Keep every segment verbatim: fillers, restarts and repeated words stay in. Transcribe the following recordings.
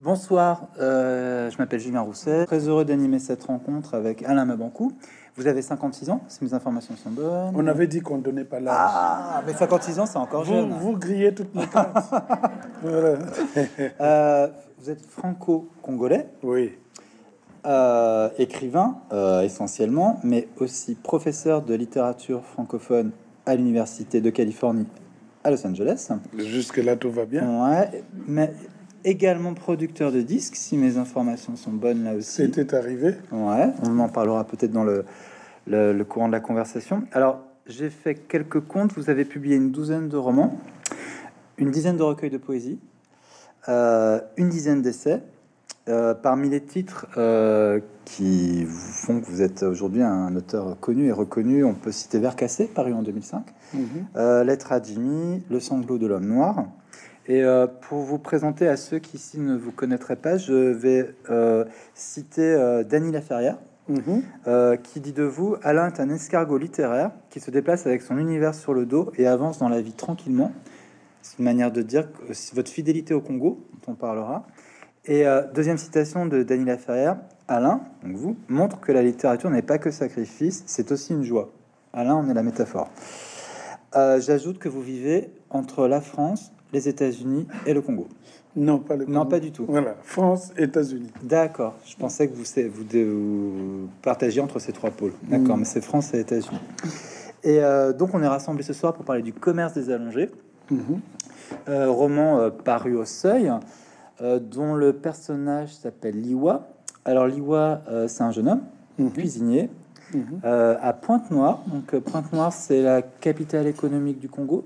Bonsoir, euh, je m'appelle Julien Rousset. Très heureux d'animer cette rencontre avec Alain Mabanckou. Vous avez cinquanté-six ans, si mes informations sont bonnes. On avait dit qu'on ne donnait pas l'âge. Ah, mais cinquante-six ans, c'est encore vous, jeune. Vous grillez toutes mes cartes. Voilà. euh, vous êtes franco-congolais. Oui. Euh, écrivain, euh, essentiellement, mais aussi professeur de littérature francophone à l'Université de Californie à Los Angeles. Jusque-là, tout va bien. Ouais, mais également producteur de disques, si mes informations sont bonnes là aussi. C'était arrivé. Ouais, on en parlera peut-être dans le, le, le courant de la conversation. Alors, j'ai fait quelques comptes. Vous avez publié une douzaine de romans, une dizaine de recueils de poésie, euh, une dizaine d'essais. Euh, parmi les titres euh, qui font que vous êtes aujourd'hui un auteur connu et reconnu, on peut citer Vers cassé, paru en deux mille cinq, mm-hmm. euh, Lettre à Jimmy, Le sanglot de l'homme noir. Et euh, pour vous présenter à ceux qui ici ne vous connaîtraient pas, je vais euh, citer euh, Dany Laferrière, mm-hmm. euh, qui dit de vous: Alain est un escargot littéraire qui se déplace avec son univers sur le dos et avance dans la vie tranquillement. C'est une manière de dire que votre fidélité au Congo, dont on parlera. Et euh, deuxième citation de Dany Laferrière: Alain, donc vous, montre que la littérature n'est pas que sacrifice, c'est aussi une joie. Alain, on est la métaphore. Euh, j'ajoute que vous vivez entre la France, les États-Unis et le Congo. Non, pas le Congo. Non, pas du tout. Voilà, France, États-Unis. D'accord. Je pensais que vous, vous, vous partagiez entre ces trois pôles. D'accord, mmh. mais c'est France et États-Unis. Et euh, donc, on est rassemblés ce soir pour parler du Commerce des allongés, mmh. euh, roman euh, paru au Seuil, euh, dont le personnage s'appelle Liwa. Alors, Liwa, euh, c'est un jeune homme, mmh. cuisinier, mmh. Euh, à Pointe-Noire. Donc, Pointe-Noire, c'est la capitale économique du Congo.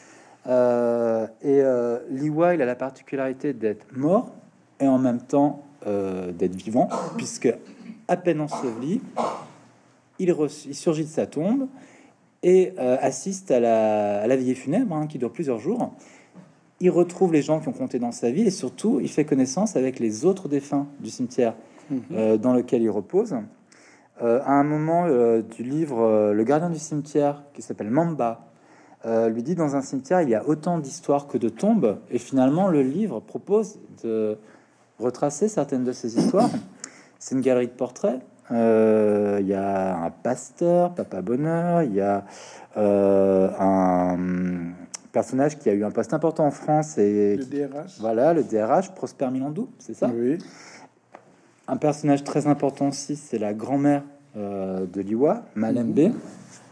Euh, et euh, Liwa, il a la particularité d'être mort et en même temps euh, d'être vivant, puisque à peine enseveli, il, re- il surgit de sa tombe et euh, assiste à la, à la veillée funèbre, hein, qui dure plusieurs jours. Il retrouve les gens qui ont compté dans sa vie et surtout, il fait connaissance avec les autres défunts du cimetière mmh. euh, dans lequel il repose. Euh, à un moment euh, du livre, euh, le gardien du cimetière, qui s'appelle Mamba, Euh, lui dit: dans un cimetière, il y a autant d'histoires que de tombes. Et finalement, le livre propose de retracer certaines de ces histoires. C'est une galerie de portraits. Euh, il y a un pasteur, Papa Bonheur. Il y a euh, un personnage qui a eu un poste important en France. Et le qui, D R H. Voilà, le D R H, Prosper Milandou, c'est ça? Oui. Un personnage très important aussi, c'est la grand-mère euh, de Liwa, Malembe. Mmh.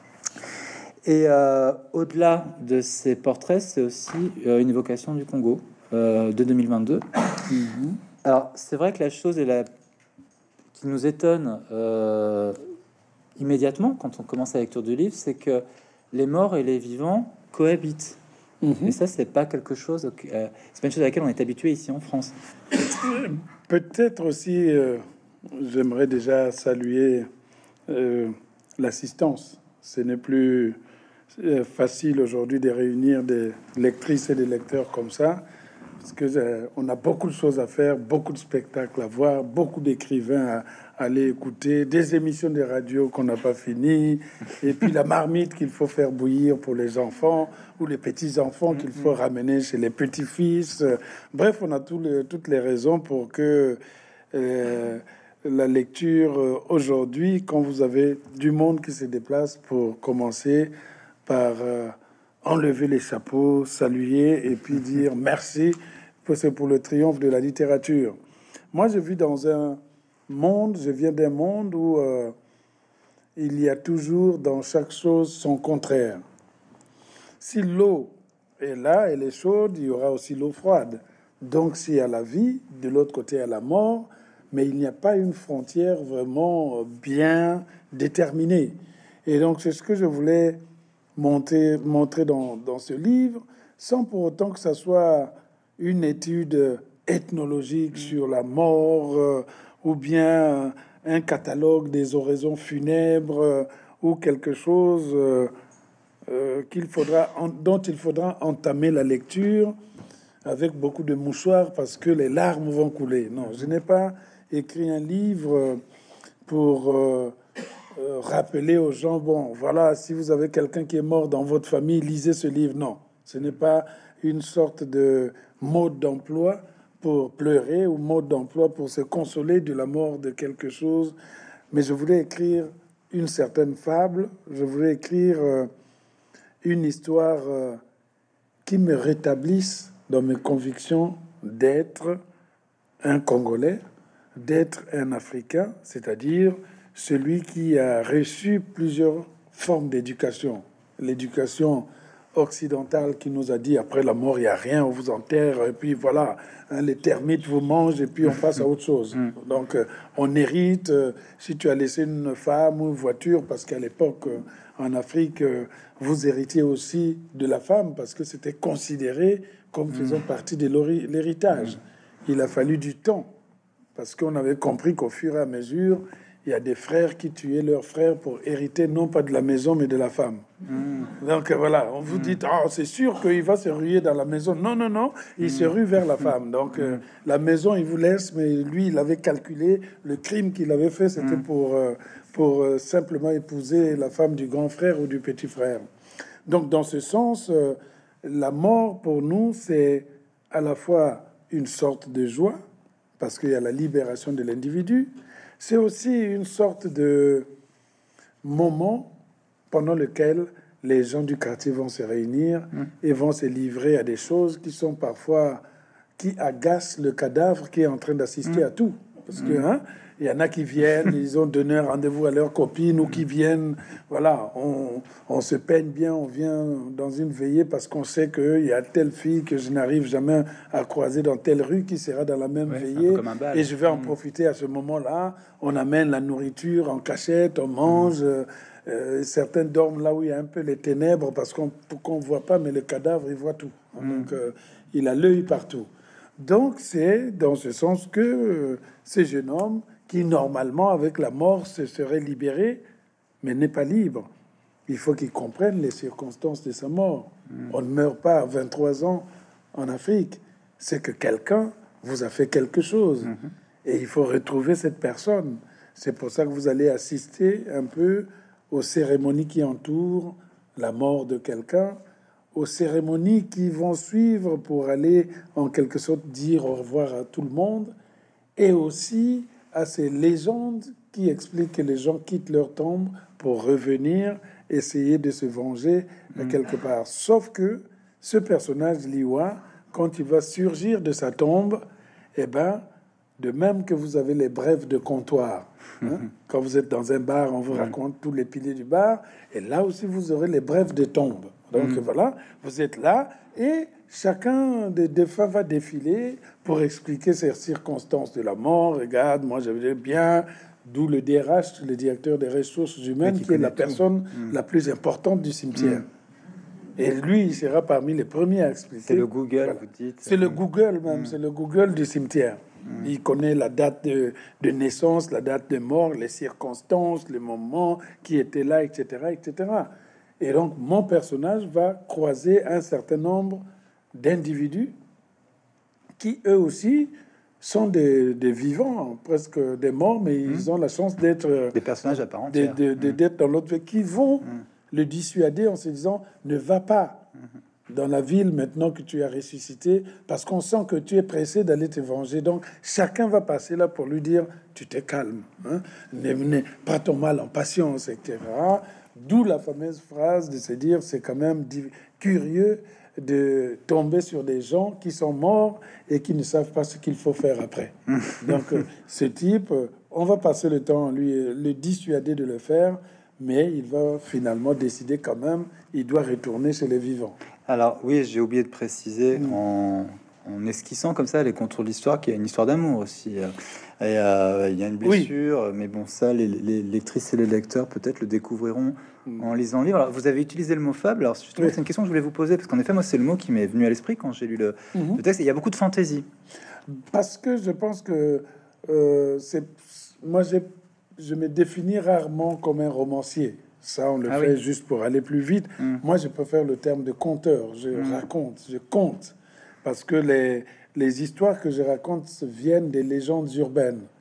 Et euh, au-delà de ces portraits, c'est aussi euh, une évocation du Congo euh, de deux mille vingt-deux. Mm-hmm. Alors, c'est vrai que la chose est la... qui nous étonne euh, immédiatement quand on commence la lecture du livre, c'est que les morts et les vivants cohabitent. Mm-hmm. Et ça, c'est pas quelque chose, euh, c'est pas une chose à laquelle on est habitué ici en France. Peut-être aussi, euh, j'aimerais déjà saluer euh, l'assistance. Ce n'est plus facile aujourd'hui de réunir des lectrices et des lecteurs comme ça, parce que euh, on a beaucoup de choses à faire, beaucoup de spectacles à voir, beaucoup d'écrivains à, à aller écouter, des émissions de radio qu'on n'a pas fini, et puis la marmite qu'il faut faire bouillir pour les enfants ou les petits enfants qu'il faut ramener chez les petits-fils. Bref, on a tous les, toutes les raisons pour que euh, la lecture euh, aujourd'hui, quand vous avez du monde qui se déplace, pour commencer par euh, enlever les chapeaux, saluer et puis dire merci, parce que c'est pour le triomphe de la littérature. Moi, je vis dans un monde, je viens d'un monde où euh, il y a toujours dans chaque chose son contraire. Si l'eau est là, elle est chaude, il y aura aussi l'eau froide. Donc, s'il y a la vie, de l'autre côté, il y a la mort, mais il n'y a pas une frontière vraiment bien déterminée. Et donc, c'est ce que je voulais montrer, montrer dans, dans ce livre, sans pour autant que ça soit une étude ethnologique mmh. sur la mort, euh, ou bien un catalogue des oraisons funèbres, euh, ou quelque chose euh, euh, qu'il faudra, en, dont il faudra entamer la lecture avec beaucoup de mouchoirs parce que les larmes vont couler. Non, je n'ai pas écrit un livre pour euh, euh, rappeler aux gens, bon, voilà, si vous avez quelqu'un qui est mort dans votre famille, lisez ce livre. Non, ce n'est pas une sorte de mode d'emploi pour pleurer ou mode d'emploi pour se consoler de la mort de quelque chose. Mais je voulais écrire une certaine fable, je voulais écrire euh, une histoire euh, qui me rétablisse dans mes convictions d'être un Congolais, d'être un Africain, c'est-à-dire celui qui a reçu plusieurs formes d'éducation. L'éducation occidentale qui nous a dit après la mort, il n'y a rien, on vous enterre, et puis voilà, hein, les termites vous mangent, et puis on passe à autre chose. Donc, euh, on hérite, euh, si tu as laissé une femme ou une voiture, parce qu'à l'époque, euh, en Afrique, euh, vous héritiez aussi de la femme, parce que c'était considéré comme faisant partie de l'héritage. Il a fallu du temps, parce qu'on avait compris qu'au fur et à mesure, il y a des frères qui tuaient leurs frères pour hériter non pas de la maison, mais de la femme. Mmh. Donc voilà, on vous dit, oh, c'est sûr qu'il va se ruer dans la maison. Non, non, non, il mmh. se rue vers la femme. Donc mmh. euh, la maison, il vous laisse, mais lui, il avait calculé le crime qu'il avait fait, c'était mmh. pour, euh, pour euh, simplement épouser la femme du grand frère ou du petit frère. Donc dans ce sens, euh, la mort pour nous, c'est à la fois une sorte de joie, parce qu'il y a la libération de l'individu. C'est aussi une sorte de moment pendant lequel les gens du quartier vont se réunir mmh. et vont se livrer à des choses qui sont parfois, qui agacent le cadavre qui est en train d'assister mmh. à tout. Parce que, hein, il y en a qui viennent, ils ont donné rendez-vous à leurs copines ou qui viennent, voilà, on, on se peigne bien, on vient dans une veillée parce qu'on sait qu'il y a telle fille que je n'arrive jamais à croiser dans telle rue qui sera dans la même ouais, veillée et je vais en mmh. profiter à ce moment-là. On amène la nourriture en cachette, on mange. Mmh. Euh, certains dorment là où il y a un peu les ténèbres parce qu'on ne voit pas, mais le cadavre, il voit tout. Mmh. Donc, euh, il a l'œil partout. Donc, c'est dans ce sens que euh, ce jeune homme, qui normalement, avec la mort, se serait libéré, mais n'est pas libre. Il faut qu'il comprenne les circonstances de sa mort. Mmh. On ne meurt pas à vingt-trois ans en Afrique. C'est que quelqu'un vous a fait quelque chose. Mmh. Et il faut retrouver cette personne. C'est pour ça que vous allez assister un peu aux cérémonies qui entourent la mort de quelqu'un, aux cérémonies qui vont suivre pour aller en quelque sorte dire au revoir à tout le monde, et aussi à ces légendes qui expliquent que les gens quittent leur tombe pour revenir, essayer de se venger mmh. quelque part. Sauf que ce personnage Liwa, quand il va surgir de sa tombe, eh ben, de même que vous avez les brèves de comptoir, hein, quand vous êtes dans un bar, on vous mmh. raconte tous les piliers du bar, et là aussi vous aurez les brèves de tombe. Donc mmh. voilà, vous êtes là et chacun des défunts va défiler pour expliquer ces circonstances de la mort. Regarde, moi j'avais bien, d'où le D R H, le directeur des ressources humaines, qui, qui est la personne mmh. la plus importante du cimetière. Mmh. Et lui, il sera parmi les premiers à expliquer. C'est le Google, voilà. Vous dites. C'est le Google même, mmh. c'est le Google du cimetière. Mmh. Il connaît la date de, de naissance, la date de mort, les circonstances, les moments qui étaient là, et cetera, et cetera. Et donc, mon personnage va croiser un certain nombre d'individus qui, eux aussi, sont des, des vivants, presque des morts, mais mmh. ils ont la chance d'être... Des personnages à part entière. De, de, de, mmh. d'être dans l'autre vie, qui vont mmh. le dissuader en se disant « Ne va pas mmh. dans la ville maintenant que tu as ressuscité, parce qu'on sent que tu es pressé d'aller te venger. » Donc, chacun va passer là pour lui dire « Tu te calmes, hein, ne, ne, pas ton mal en patience, et cetera » D'où la fameuse phrase de se dire, c'est quand même curieux de tomber sur des gens qui sont morts et qui ne savent pas ce qu'il faut faire après. Donc, ce type, on va passer le temps à lui le dissuader de le faire, mais il va finalement décider quand même, il doit retourner chez les vivants. Alors oui, j'ai oublié de préciser mmh. en, en esquissant comme ça les contours de l'histoire qu'il y a une histoire d'amour aussi. Et euh, il y a une blessure, oui. mais bon, ça, les, les lectrices et les lecteurs peut-être le découvriront mmh. en lisant le livre. Alors, vous avez utilisé le mot fable. Alors, justement, oui. c'est une question que je voulais vous poser parce qu'en effet, moi, c'est le mot qui m'est venu à l'esprit quand j'ai lu le, mmh. le texte. Et il y a beaucoup de fantaisie. Parce que je pense que euh, c'est moi, j'ai, je me définis rarement comme un romancier. Ça, on le ah, fait oui. juste pour aller plus vite. Mmh. Moi, je préfère le terme de conteur. Je mmh. raconte, je conte, parce que les Les histoires que je raconte viennent des légendes urbaines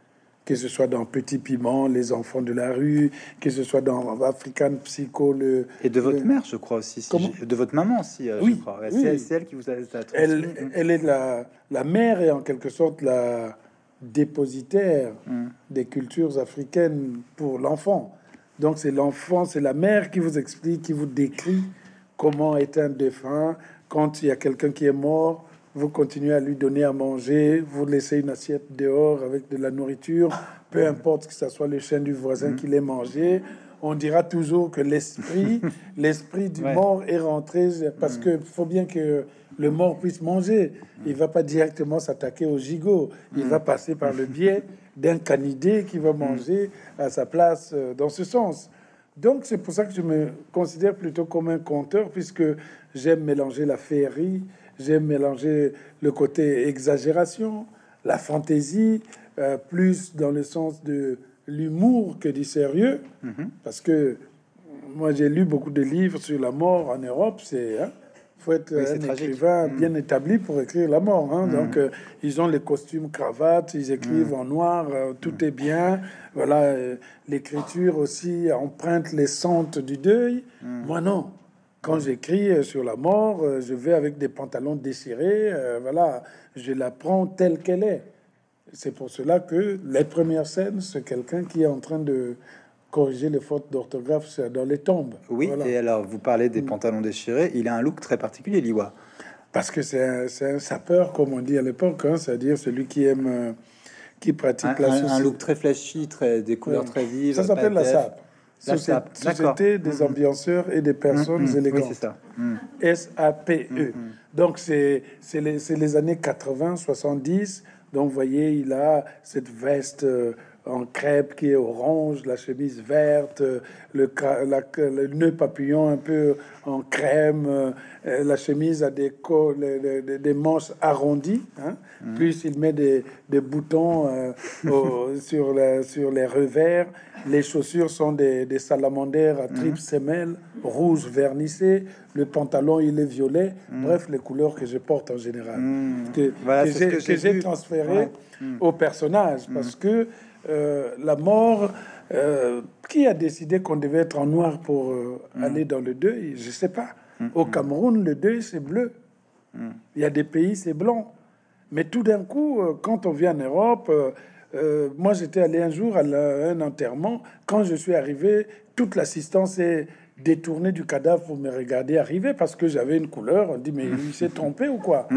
que ce soit dans Petit Piment, Les Enfants de la rue, que ce soit dans African Psycho. Le, et de votre le... mère, je crois aussi. Si de votre maman aussi, euh, oui, je crois. Ouais, oui. C'est elle qui vous a, a transmis. Elle, elle est la, la mère et en quelque sorte la dépositaire mm. des cultures africaines pour l'enfant. Donc c'est l'enfant, c'est la mère qui vous explique, qui vous décrit comment est un défunt. Quand il y a quelqu'un qui est mort, vous continuez à lui donner à manger, vous laissez une assiette dehors avec de la nourriture, peu importe que ce soit le chien du voisin qui l'ait mangé, on dira toujours que l'esprit, l'esprit du ouais. mort est rentré, parce que faut bien que le mort puisse manger. Il va pas directement s'attaquer au gigot, il va passer par le biais d'un canidé qui va manger à sa place dans ce sens. Donc c'est pour ça que je me considère plutôt comme un conteur, puisque j'aime mélanger la féerie, j'aime mélanger le côté exagération, la fantaisie, euh, plus dans le sens de l'humour que du sérieux. Mm-hmm. Parce que moi, j'ai lu beaucoup de livres sur la mort en Europe. C'est hein, faut être oui, un écrivain mm. bien établi pour écrire la mort. Hein. Mm. Donc, euh, ils ont les costumes, cravates, ils écrivent mm. en noir, euh, tout mm. est bien. Voilà, euh, l'écriture aussi emprunte les sentes du deuil. Mm. Moi, non. Quand j'écris sur la mort, je vais avec des pantalons déchirés. Euh, voilà, je la prends telle qu'elle est. C'est pour cela que les premières scènes, c'est quelqu'un qui est en train de corriger les fautes d'orthographe dans les tombes. Oui, voilà. Et alors, vous parlez des pantalons déchirés. Il a un look très particulier, Liwa. Parce que c'est un, c'est un sapeur, comme on dit à l'époque, hein, c'est-à-dire celui qui aime, euh, qui pratique un, la un, un look très flashy, très, des couleurs ouais. très vives. Ça s'appelle la sape. La Société, société des mmh. ambianceurs et des personnes mmh. élégantes. Oui, c'est ça. Mmh. S A P E. Mmh. Donc, c'est, c'est, les, c'est les années quatre-vingts, soixante-dix. Donc, vous voyez, il a cette veste euh, en crêpe qui est orange, la chemise verte, euh, le, la, le nœud papillon un peu en crème, euh, la chemise a des, co- les, les, des manches arrondies. Hein. Mmh. Plus, il met des, des boutons euh, au, sur, la, sur les revers. Les chaussures sont des, des salamandères à tripes mmh. semelles, rouges vernissées. Le pantalon, il est violet. Mmh. Bref, les couleurs que je porte en général. Mmh. Que, voilà, que, j'ai, que, j'ai, que j'ai transféré ouais. mmh. au personnage. Mmh. Parce que euh, la mort... Euh, qui a décidé qu'on devait être en noir pour euh, mmh. aller dans le deuil? Je ne sais pas. Mmh. Au Cameroun, le deuil, c'est bleu. Mmh. Il y a des pays, c'est blanc. Mais tout d'un coup, euh, quand on vient en Europe... Euh, Euh, moi, j'étais allé un jour à la, un enterrement. Quand je suis arrivé, toute l'assistance est détournée du cadavre pour me regarder arriver parce que j'avais une couleur. On dit, mais il s'est trompé ou quoi?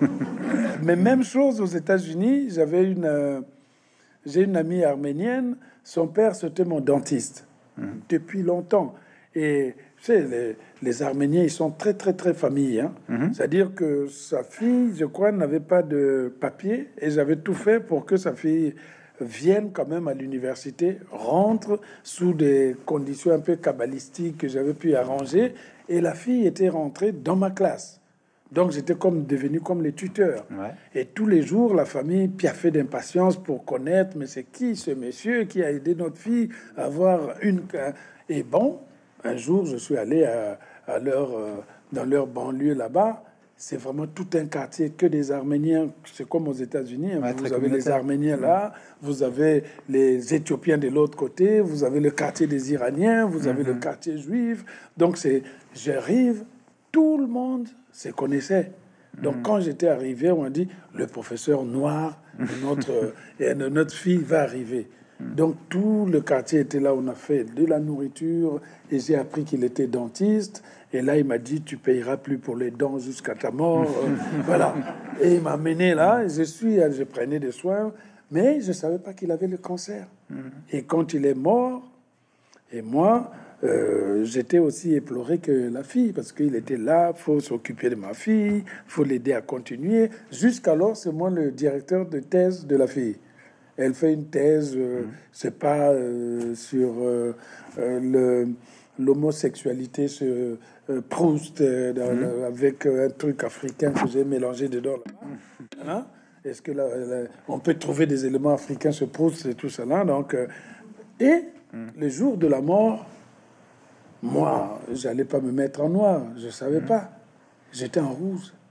Mais même chose aux États-Unis. J'avais une, euh, j'ai une amie arménienne. Son père, c'était mon dentiste depuis longtemps. Et tu sais, les, les Arméniens, ils sont très, très, très famille. Hein? Mm-hmm. C'est-à-dire que sa fille, je crois, n'avait pas de papier. Et j'avais tout fait pour que sa fille vienne quand même à l'université, rentre sous des conditions un peu cabalistiques que j'avais pu arranger. Et la fille était rentrée dans ma classe. Donc, j'étais comme devenu comme les tuteurs. Ouais. Et tous les jours, la famille piaffait d'impatience pour connaître, mais c'est qui ce monsieur qui a aidé notre fille à avoir une... Et bon... Un jour, je suis allé à, à leur, euh, dans leur banlieue là-bas. C'est vraiment tout un quartier que des Arméniens. C'est comme aux États-Unis. Ouais, vous avez les Arméniens là, vous avez les Éthiopiens de l'autre côté, vous avez le quartier des Iraniens, vous avez mm-hmm. le quartier juif. Donc, c'est, j'arrive, tout le monde se connaissait. Donc, mm-hmm. quand j'étais arrivé, on m'a dit, le professeur noir de notre, et de notre fille va arriver. Donc, tout le quartier était là. On a fait de la nourriture et j'ai appris qu'il était dentiste. Et là, il m'a dit, tu payeras plus pour les dents jusqu'à ta mort. Voilà. Et il m'a mené là. Et je suis, je prenais des soins, mais je savais pas qu'il avait le cancer. Et quand il est mort, et moi, euh, j'étais aussi éploré que la fille, parce qu'il était là, faut s'occuper de ma fille, faut l'aider à continuer. Jusqu'alors, c'est moi le directeur de thèse de la fille. Elle fait une thèse, euh, mmh. c'est pas euh, sur euh, euh, le, l'homosexualité, sur euh, Proust, euh, dans, mmh. le, avec euh, un truc africain que j'ai mélangé dedans. Là. Hein? Est-ce que là, là, on peut trouver des éléments africains sur Proust et tout ça là? Donc, euh, et mmh. le jour de la mort, moi, j'allais pas me mettre en noir, je savais mmh. pas. J'étais en rouge.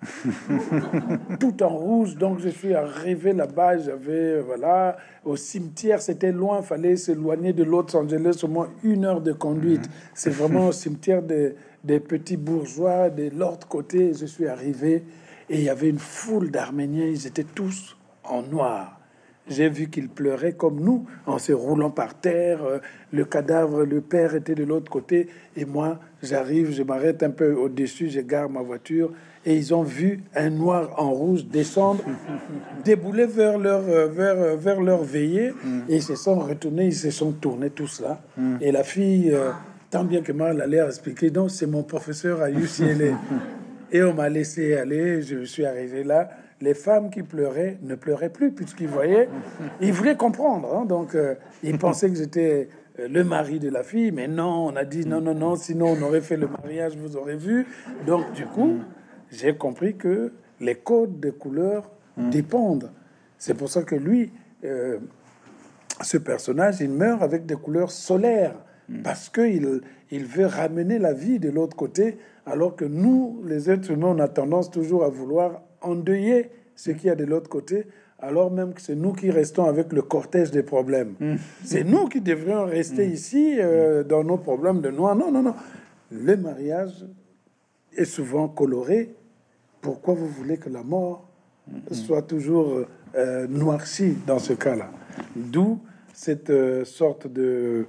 tout en rouge. Donc je suis arrivé là-bas, j'avais, voilà, au cimetière, c'était loin, fallait s'éloigner de Los Angeles, au moins une heure de conduite. C'est vraiment au cimetière des, des petits bourgeois de l'autre côté. Je suis arrivé et il y avait une foule d'Arméniens, ils étaient tous en noir. J'ai vu qu'ils pleuraient comme nous, en se roulant par terre. Euh, Le cadavre, le père était de l'autre côté. Et moi, j'arrive, je m'arrête un peu au-dessus, je gare ma voiture. Et ils ont vu un noir en rouge descendre, débouler vers leur, euh, vers, euh, vers leur veillée. Et ils se sont retournés, ils se sont tournés tous là. Et la fille, euh, tant bien que mal, allait expliquer, donc c'est mon professeur à U C L A. Et on m'a laissé aller, je suis arrivé là. Les femmes qui pleuraient ne pleuraient plus, puisqu'ils voyaient, ils voulaient comprendre. Hein, donc, euh, ils pensaient que j'étais euh, le mari de la fille, mais non, on a dit non, non, non, sinon on aurait fait le mariage, vous aurez vu. Donc, du coup, j'ai compris que les codes de couleurs dépendent. C'est pour ça que lui, euh, ce personnage, il meurt avec des couleurs solaires, parce qu'il il veut ramener la vie de l'autre côté, alors que nous, les êtres humains, on a tendance toujours à vouloir endeuiller ce qu'il y a de l'autre côté, alors même que c'est nous qui restons avec le cortège des problèmes. Mm. C'est nous qui devrions rester mm. ici euh, dans nos problèmes de noir. Non, non, non. Le mariage est souvent coloré. Pourquoi vous voulez que la mort mm. soit toujours euh, noircie dans ce cas-là? D'où cette euh, sorte de...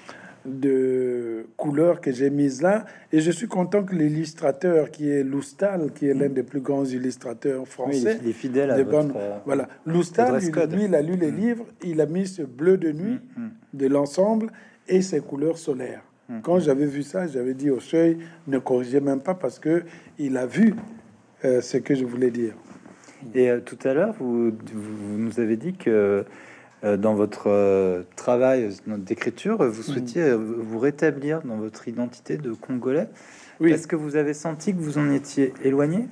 de couleurs que j'ai mise là, et je suis content que l'illustrateur qui est Loustal, qui est l'un des plus grands illustrateurs français, oui, il est fidèle à votre, bonnes, euh, voilà, Loustal, lui, lui, il a lu les mmh. livres, il a mis ce bleu de nuit mmh. de l'ensemble et ses couleurs solaires. Mmh. Quand j'avais vu ça, j'avais dit au seuil, ne corrigez même pas parce que il a vu euh, ce que je voulais dire. Et euh, tout à l'heure, vous, vous nous avez dit que dans votre euh, travail d'écriture, vous souhaitiez mmh. vous rétablir dans votre identité de Congolais. Oui. Est-ce que vous avez senti que vous en étiez éloigné?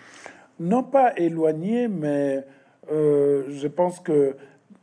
Non pas éloigné, mais euh, je pense que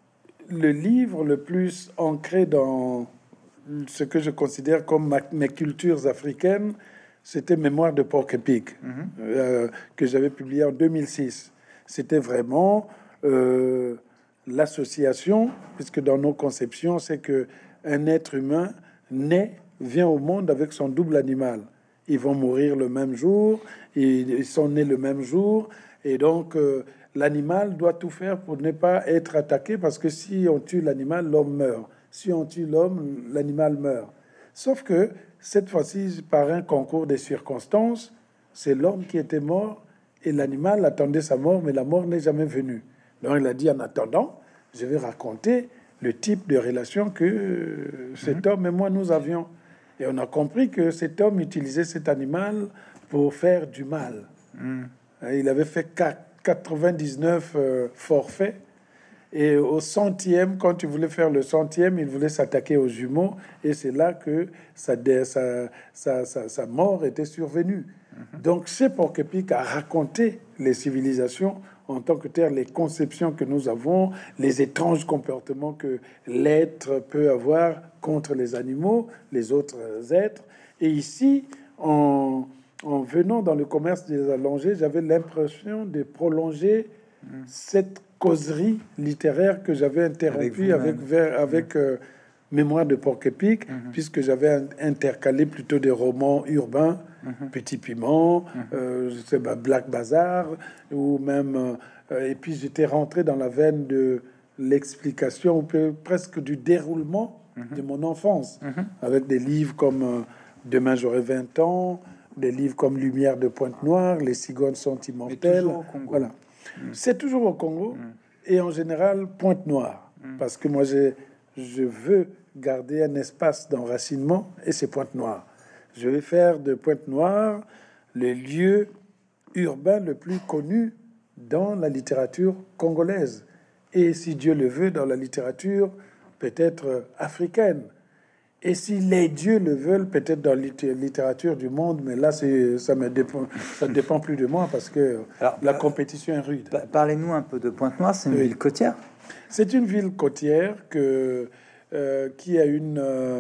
le livre le plus ancré dans ce que je considère comme ma, mes cultures africaines, c'était Mémoire de Porc-Épic, mmh. euh, que j'avais publié en deux mille six. C'était vraiment... Euh, l'association, puisque dans nos conceptions, c'est que un être humain naît, vient au monde avec son double animal. Ils vont mourir le même jour, ils sont nés le même jour, et donc euh, l'animal doit tout faire pour ne pas être attaqué, parce que si on tue l'animal, l'homme meurt. Si on tue l'homme, l'animal meurt. Sauf que cette fois-ci, par un concours des circonstances, c'est l'homme qui était mort et l'animal attendait sa mort, mais la mort n'est jamais venue. Donc il a dit, en attendant, je vais raconter le type de relation que cet mmh. homme et moi, nous avions. Et on a compris que cet homme utilisait cet animal pour faire du mal. Mmh. Il avait fait quatre-vingt-dix-neuf euh, forfaits. Et au centième, quand il voulait faire le centième, il voulait s'attaquer aux jumeaux. Et c'est là que sa, sa, sa, sa, sa mort était survenue. Mmh. Donc, c'est Porc-Épic a raconté les civilisations en tant que tel, les conceptions que nous avons, les étranges comportements que l'être peut avoir contre les animaux, les autres êtres. Et ici, en, en venant dans le commerce des allongés, j'avais l'impression de prolonger mmh. cette causerie littéraire que j'avais interrompue avec, avec, avec mmh. euh, Mémoire de Porc-Épic, mmh. puisque j'avais intercalé plutôt des romans urbains, mmh. Petit Piment, mmh. euh, je sais pas, Black Bazar, ou même... Euh, et puis j'étais rentré dans la veine de l'explication, ou presque du déroulement mmh. de mon enfance, mmh. avec des livres comme euh, Demain j'aurai vingt ans, des livres comme Lumière de Pointe-Noire, Les cigognes sont immortelles. Voilà. Mmh. C'est toujours au Congo, mmh. et en général Pointe-Noire, mmh. parce que moi j'ai... je veux garder un espace d'enracinement, et c'est Pointe-Noire. Je vais faire de Pointe-Noire le lieu urbain le plus connu dans la littérature congolaise. Et si Dieu le veut, dans la littérature peut-être africaine. Et si les dieux le veulent, peut-être dans la littérature du monde, mais là, c'est, ça ne dépend, ça dépend plus de moi, parce que Alors, la compétition est rude. Parlez-nous un peu de Pointe-Noire, c'est une oui. ville côtière? C'est une ville côtière que, euh, qui a une euh,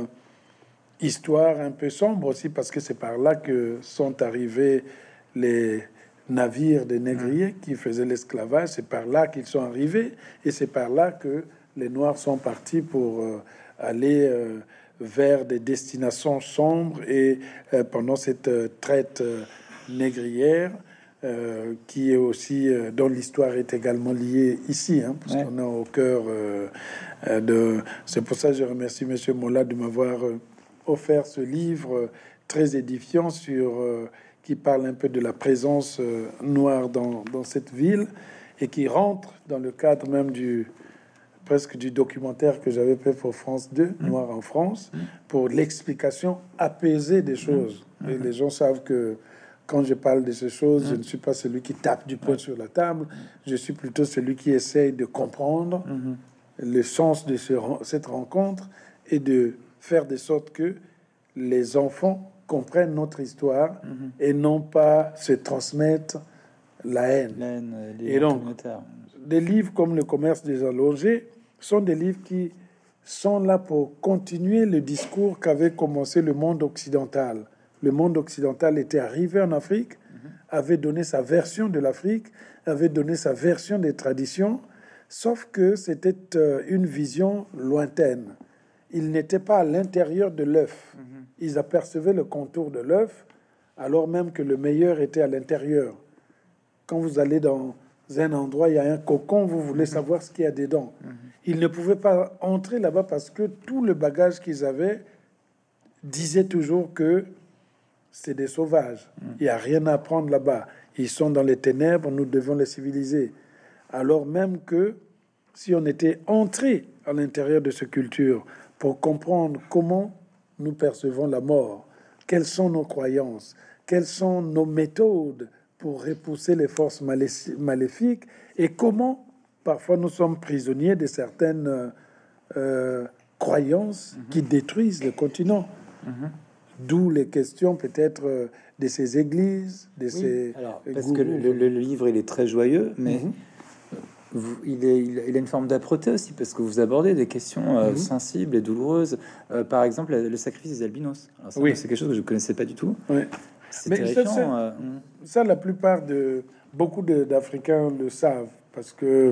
histoire un peu sombre aussi, parce que c'est par là que sont arrivés les, navires des négriers qui faisaient l'esclavage. C'est par là qu'ils sont arrivés et c'est par là que les Noirs sont partis pour euh, aller euh, vers des destinations sombres et euh, pendant cette euh, traite euh, négrière euh, qui est aussi euh, dont l'histoire est également liée ici, hein, parce ouais. qu'on est au cœur euh, euh, de. C'est pour ça que je remercie Monsieur Mola de m'avoir euh, offert ce livre euh, très édifiant sur euh, qui parle un peu de la présence euh, noire dans, dans cette ville et qui rentre dans le cadre même du presque du documentaire que j'avais fait pour France deux, mmh. Noir en France, mmh. pour l'explication apaisée des choses. Mmh. Et les gens savent que quand je parle de ces choses, mmh. je ne suis pas celui qui tape du poing ouais. sur la table, je suis plutôt celui qui essaye de comprendre mmh. le sens de ce, cette rencontre et de faire de sorte que les enfants comprennent notre histoire mmh. et non pas se transmettre la haine. La haine et donc, des livres comme Le commerce des allongés sont des livres qui sont là pour continuer le discours qu'avait commencé le monde occidental. Le monde occidental était arrivé en Afrique, mmh. avait donné sa version de l'Afrique, avait donné sa version des traditions, sauf que c'était une vision lointaine. Ils n'étaient pas à l'intérieur de l'œuf. Mmh. Ils apercevaient le contour de l'œuf, alors même que le meilleur était à l'intérieur. Quand vous allez dans un endroit, il y a un cocon, vous voulez mmh. savoir ce qu'il y a dedans. Mmh. Ils ne pouvaient pas entrer là-bas parce que tout le bagage qu'ils avaient disait toujours que c'est des sauvages. Mmh. Il n'y a rien à apprendre là-bas. Ils sont dans les ténèbres, nous devons les civiliser. Alors même que si on était entré à l'intérieur de cette culture pour comprendre comment nous percevons la mort, quelles sont nos croyances, quelles sont nos méthodes pour repousser les forces malé- maléfiques et comment parfois nous sommes prisonniers de certaines euh, croyances mmh. qui détruisent le continent. Mmh. D'où les questions peut-être de ces églises, de oui. ces... Alors, parce gourous. que le, le, le livre, il est très joyeux, mais... Mmh. Vous, il, est, il, il a une forme d'âpreté aussi, parce que vous abordez des questions euh, mmh. sensibles et douloureuses. Euh, par exemple, le sacrifice des albinos. Alors ça, oui. c'est quelque chose que je ne connaissais pas du tout. Oui. C'est Mais terrifiant. Ça, euh... ça, la plupart de... Beaucoup de, d'Africains le savent, parce que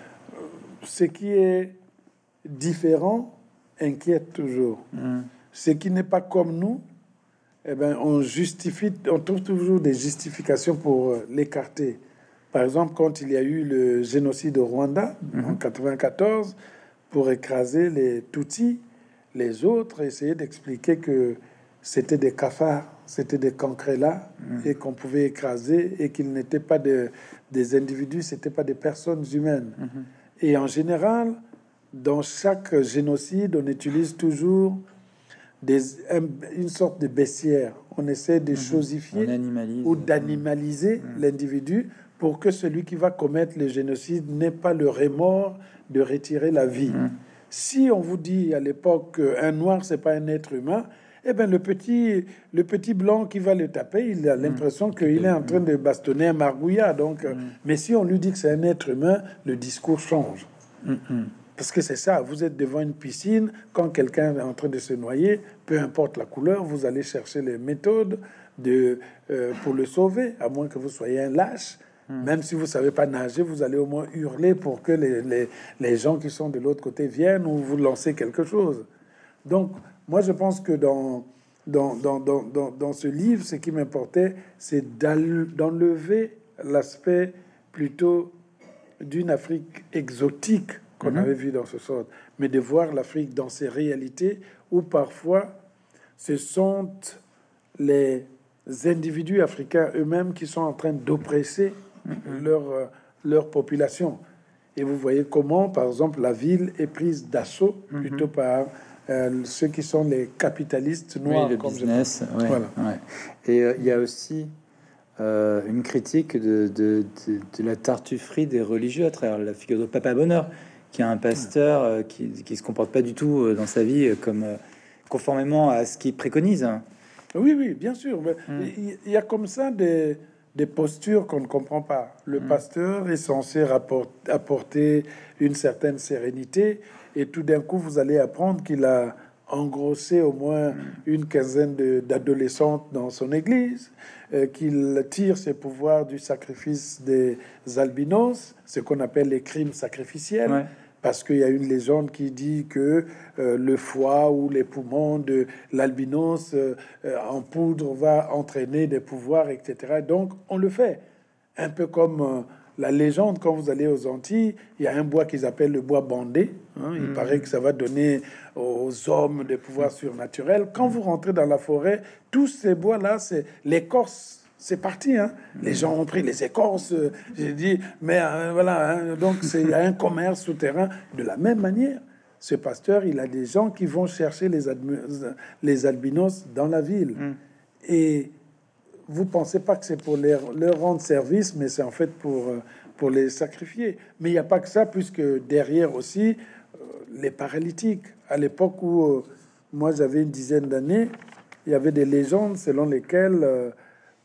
ce qui est différent inquiète toujours. Mmh. Ce qui n'est pas comme nous, eh ben, on justifie, on trouve toujours des justifications pour l'écarter. Par exemple, quand il y a eu le génocide au Rwanda mmh. en quatre-vingt-quatorze, pour écraser les Tutsis, les autres essayaient d'expliquer que c'était des cafards, c'était des cancrelats mmh. et qu'on pouvait écraser et qu'ils n'étaient pas de, des individus, c'était pas des personnes humaines. Mmh. Et en général, dans chaque génocide, on utilise toujours des, un, une sorte de baissière. On essaie de mmh. chosifier ou d'animaliser mmh. l'individu pour que celui qui va commettre le génocide n'ait pas le remords de retirer la vie. Mmh. Si on vous dit à l'époque qu'un noir, c'est pas un être humain, eh bien, le petit, le petit blanc qui va le taper, il a l'impression mmh. qu'il est en train de bastonner un margouillat. Donc, mmh. Mais si on lui dit que c'est un être humain, le discours change. Mmh. Parce que c'est ça, vous êtes devant une piscine, quand quelqu'un est en train de se noyer, peu importe la couleur, vous allez chercher les méthodes de, euh, pour le sauver, à moins que vous soyez un lâche. Même si vous ne savez pas nager, vous allez au moins hurler pour que les, les, les gens qui sont de l'autre côté viennent ou vous lancez quelque chose. Donc, moi, je pense que dans, dans, dans, dans, dans, dans ce livre, ce qui m'importait, c'est d'enlever l'aspect plutôt d'une Afrique exotique qu'on mmh. avait vu dans ce sort, mais de voir l'Afrique dans ses réalités où parfois ce sont les individus africains eux-mêmes qui sont en train d'oppresser Mmh. leur, euh, leur population. Et vous voyez comment, par exemple, la ville est prise d'assaut mmh. plutôt par euh, ceux qui sont les capitalistes noirs. Oui, le comme business. Ouais, voilà. Ouais. Et euh, il y a aussi euh, une critique de, de, de, de la tartufferie des religieux à travers la figure de Papa Bonheur, qui est un pasteur euh, qui qui se comporte pas du tout euh, dans sa vie euh, comme euh, conformément à ce qu'il préconise. Oui, oui, bien sûr. Mais mmh. il, il y a comme ça des des postures qu'on ne comprend pas. Le mmh. pasteur est censé rapporter, apporter une certaine sérénité et tout d'un coup, vous allez apprendre qu'il a engrosser au moins une quinzaine de, d'adolescentes dans son église, euh, qu'il tire ses pouvoirs du sacrifice des albinos, ce qu'on appelle les crimes sacrificiels. Ouais. Parce qu'il y a une légende qui dit que euh, le foie ou les poumons de l'albinos euh, euh, en poudre va entraîner des pouvoirs, et cetera. Donc, on le fait. Un peu comme euh, la légende, quand vous allez aux Antilles, il y a un bois qu'ils appellent le bois bandé. Hein, il mmh. paraît que ça va donner aux hommes des pouvoirs surnaturels. Quand vous rentrez dans la forêt, tous ces bois-là, c'est l'écorce. C'est parti, hein. Les gens ont pris les écorces. Euh, j'ai dit, mais euh, voilà. Hein, donc, c'est y a un commerce souterrain. De la même manière, ce pasteur, il a des gens qui vont chercher les, les albinos dans la ville. Mm. Et vous pensez pas que c'est pour les, leur rendre service, mais c'est en fait pour, pour les sacrifier. Mais il n'y a pas que ça, puisque derrière aussi, euh, les paralytiques. À l'époque où euh, moi, j'avais une dizaine d'années, il y avait des légendes selon lesquelles... Euh,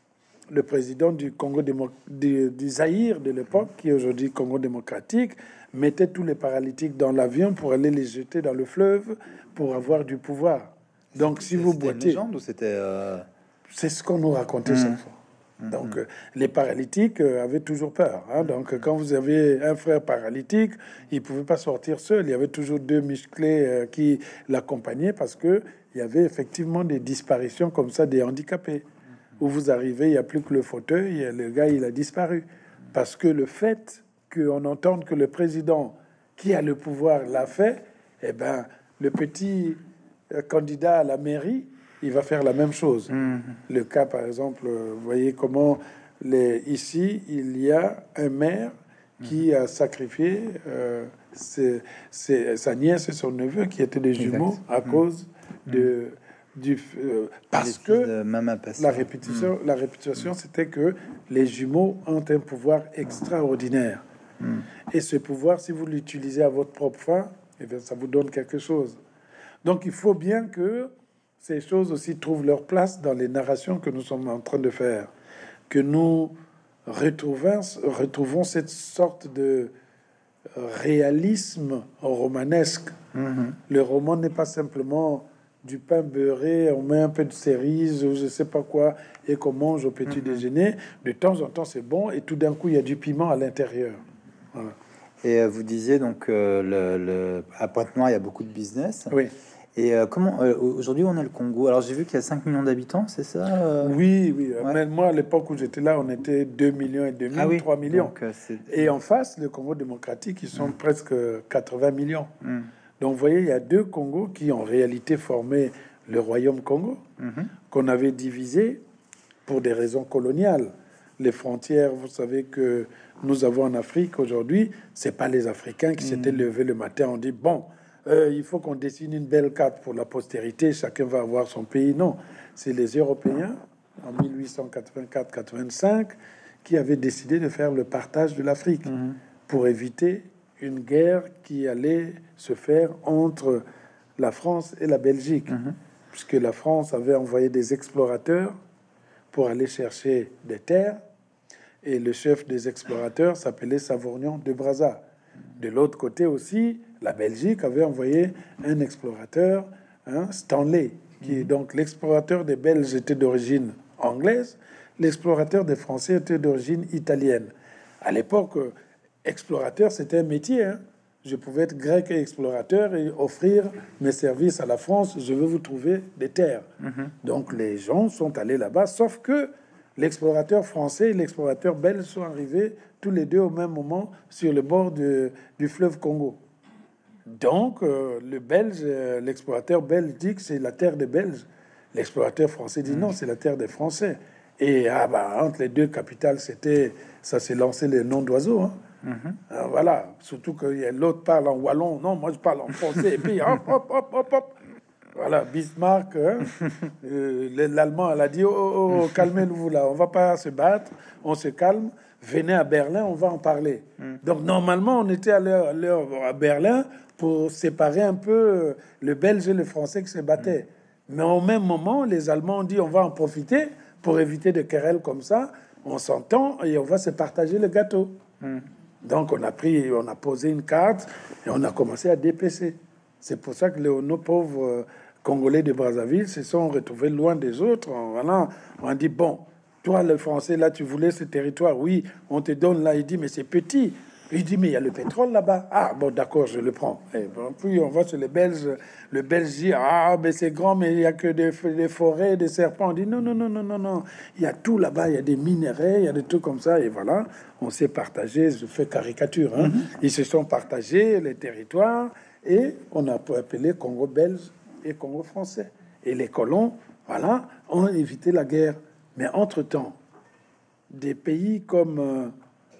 le président du Congo démo- du, du Zaïre de l'époque, qui est aujourd'hui Congo démocratique, mettait tous les paralytiques dans l'avion pour aller les jeter dans le fleuve pour avoir du pouvoir. Donc, si vous boitez... C'était une légende ou c'était... Euh... C'est ce qu'on nous racontait mmh. chaque fois. Mmh. Donc, euh, les paralytiques euh, avaient toujours peur. Hein. Donc, euh, quand vous avez un frère paralytique, il ne pouvait pas sortir seul. Il y avait toujours deux musclés euh, qui l'accompagnaient parce qu'il y avait effectivement des disparitions comme ça, des handicapés. Où vous arrivez, il n'y a plus que le fauteuil, et le gars, il a disparu. Parce que le fait qu'on entende que le président qui a le pouvoir l'a fait, eh ben, le petit candidat à la mairie, il va faire la même chose. Mmh. Le cas, par exemple, vous voyez comment les, ici, il y a un maire qui a sacrifié euh, ses, ses, sa nièce et son neveu qui étaient des jumeaux exact. à mmh. cause de... Du, euh, parce que la réputation, mmh. la réputation, mmh. c'était que les jumeaux ont un pouvoir extraordinaire. Mmh. Et ce pouvoir, si vous l'utilisez à votre propre fin, eh bien, ça vous donne quelque chose. Donc, il faut bien que ces choses aussi trouvent leur place dans les narrations que nous sommes en train de faire, que nous retrouvons, retrouvons cette sorte de réalisme romanesque. Mmh. Le roman n'est pas simplement du pain beurré, on met un peu de cerises ou je sais pas quoi et qu'on mange au petit mm-hmm. déjeuner. De temps en temps, c'est bon et tout d'un coup, il y a du piment à l'intérieur. Voilà. Et euh, vous disiez donc euh, le, le, à Pointe-Noire, il y a beaucoup de business. Oui. Et euh, comment euh, aujourd'hui on est le Congo? Alors j'ai vu qu'il y a cinq millions d'habitants, c'est ça euh... Oui, oui. Ouais. Mais moi, à l'époque où j'étais là, on était deux millions et demi, ah oui. trois millions. Donc, euh, et en face, le Congo démocratique, ils sont mm. presque quatre-vingts millions. Mm. Donc, vous voyez, il y a deux Congos qui, en réalité, formaient le royaume Congo, mm-hmm. qu'on avait divisé pour des raisons coloniales. Les frontières, vous savez que nous avons en Afrique aujourd'hui, c'est pas les Africains qui mm. s'étaient levés le matin, on dit, bon, euh, il faut qu'on dessine une belle carte pour la postérité, chacun va avoir son pays. Non, c'est les Européens, en mille huit cent quatre-vingt-quatre quatre-vingt-cinq, qui avaient décidé de faire le partage de l'Afrique mm. pour éviter une guerre qui allait se faire entre la France et la Belgique, mmh. puisque la France avait envoyé des explorateurs pour aller chercher des terres, et le chef des explorateurs s'appelait Savournion de Brazza. De l'autre côté aussi, la Belgique avait envoyé un explorateur, hein, Stanley, qui mmh. donc l'explorateur des Belges était d'origine anglaise, l'explorateur des Français était d'origine italienne. À l'époque, explorateur, c'était un métier. Hein. Je pouvais être grec et explorateur et offrir mes services à la France. Je veux vous trouver des terres. Mm-hmm. Donc, les gens sont allés là-bas, sauf que l'explorateur français et l'explorateur belge sont arrivés tous les deux au même moment sur le bord de, du fleuve Congo. Donc, euh, le Belge, euh, l'explorateur belge dit que c'est la terre des Belges. L'explorateur français dit mm-hmm. non, c'est la terre des Français. Et ah bah, entre les deux capitales, c'était, ça s'est lancé les noms d'oiseaux. Hein. Mm-hmm. Euh, voilà, surtout que l'autre parle en wallon, non, moi je parle en français, et puis hop, hop, hop, hop, hop. Voilà, Bismarck, hein, euh, l'Allemand, elle a dit, oh, oh, oh calmez-vous là, on va pas se battre, on se calme, venez à Berlin, on va en parler. Mm. Donc normalement, on était allé à Berlin pour séparer un peu le Belge et le Français qui se battaient. Mm. Mais au même moment, les Allemands ont dit, on va en profiter pour éviter des querelles comme ça, on s'entend et on va se partager le gâteau. Mm. Donc, on a pris, on a posé une carte et on a commencé à dépecer. C'est pour ça que les, nos pauvres Congolais de Brazzaville se sont retrouvés loin des autres. Voilà, on a dit, bon, toi, le Français, là, tu voulais ce territoire. Oui, on te donne là. Il dit, mais c'est petit. Il dit, mais il y a le pétrole là-bas. Ah, bon, d'accord, je le prends. Et bon, puis on va sur les Belges. Le Belge dit, ah, mais c'est grand, mais il n'y a que des, des forêts, des serpents. On dit, non, non, non, non, non, non. Il y a tout là-bas. Il y a des minéraux, il y a des trucs comme ça. Et voilà, on s'est partagé. Je fais caricature. Hein. Mm-hmm. Ils se sont partagés les territoires. Et on a appelé Congo belge et Congo français. Et les colons, voilà, ont évité la guerre. Mais entre-temps, des pays comme euh,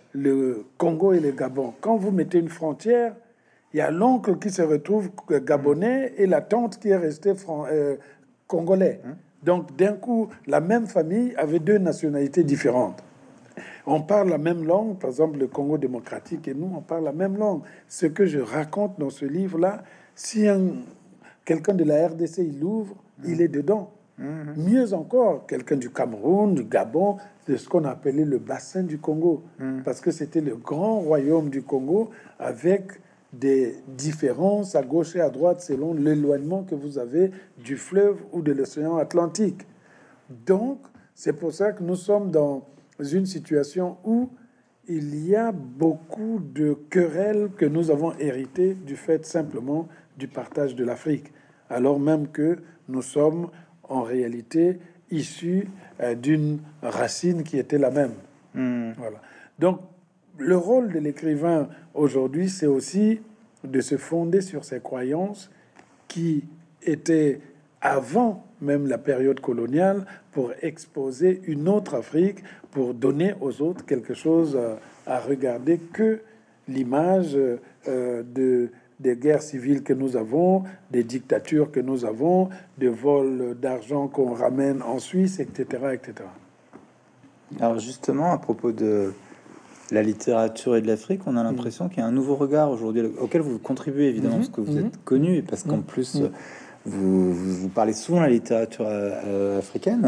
le Congo et le Gabon, quand vous mettez une frontière, il y a l'oncle qui se retrouve gabonais et la tante qui est restée fran- euh, congolais. Donc, d'un coup, la même famille avait deux nationalités différentes. On parle la même langue, par exemple le Congo démocratique, et nous, on parle la même langue. Ce que je raconte dans ce livre-là, si un, quelqu'un de la R D C il l'ouvre, mmh. il est dedans. Mmh. Mieux encore, quelqu'un du Cameroun, du Gabon, de ce qu'on appelait le bassin du Congo, mmh. parce que c'était le grand royaume du Congo avec des différences à gauche et à droite selon l'éloignement que vous avez du fleuve ou de l'océan Atlantique. Donc, c'est pour ça que nous sommes dans une situation où il y a beaucoup de querelles que nous avons héritées du fait simplement du partage de l'Afrique, alors même que nous sommes en réalité issus euh, d'une racine qui était la même. Mmh. Voilà. Donc, le rôle de l'écrivain aujourd'hui, c'est aussi de se fonder sur ses croyances qui étaient avant même la période coloniale pour exposer une autre Afrique, pour donner aux autres quelque chose à regarder que l'image euh, de, des guerres civiles que nous avons, des dictatures que nous avons, des vols d'argent qu'on ramène en Suisse, et cetera, et cetera. Alors justement, à propos de la littérature et de l'Afrique, on a l'impression mmh. qu'il y a un nouveau regard aujourd'hui auquel vous contribuez évidemment, mmh. parce que vous mmh. êtes connu et parce qu'en mmh. plus... Mmh. Vous, vous, vous parlez souvent de la littérature euh, africaine.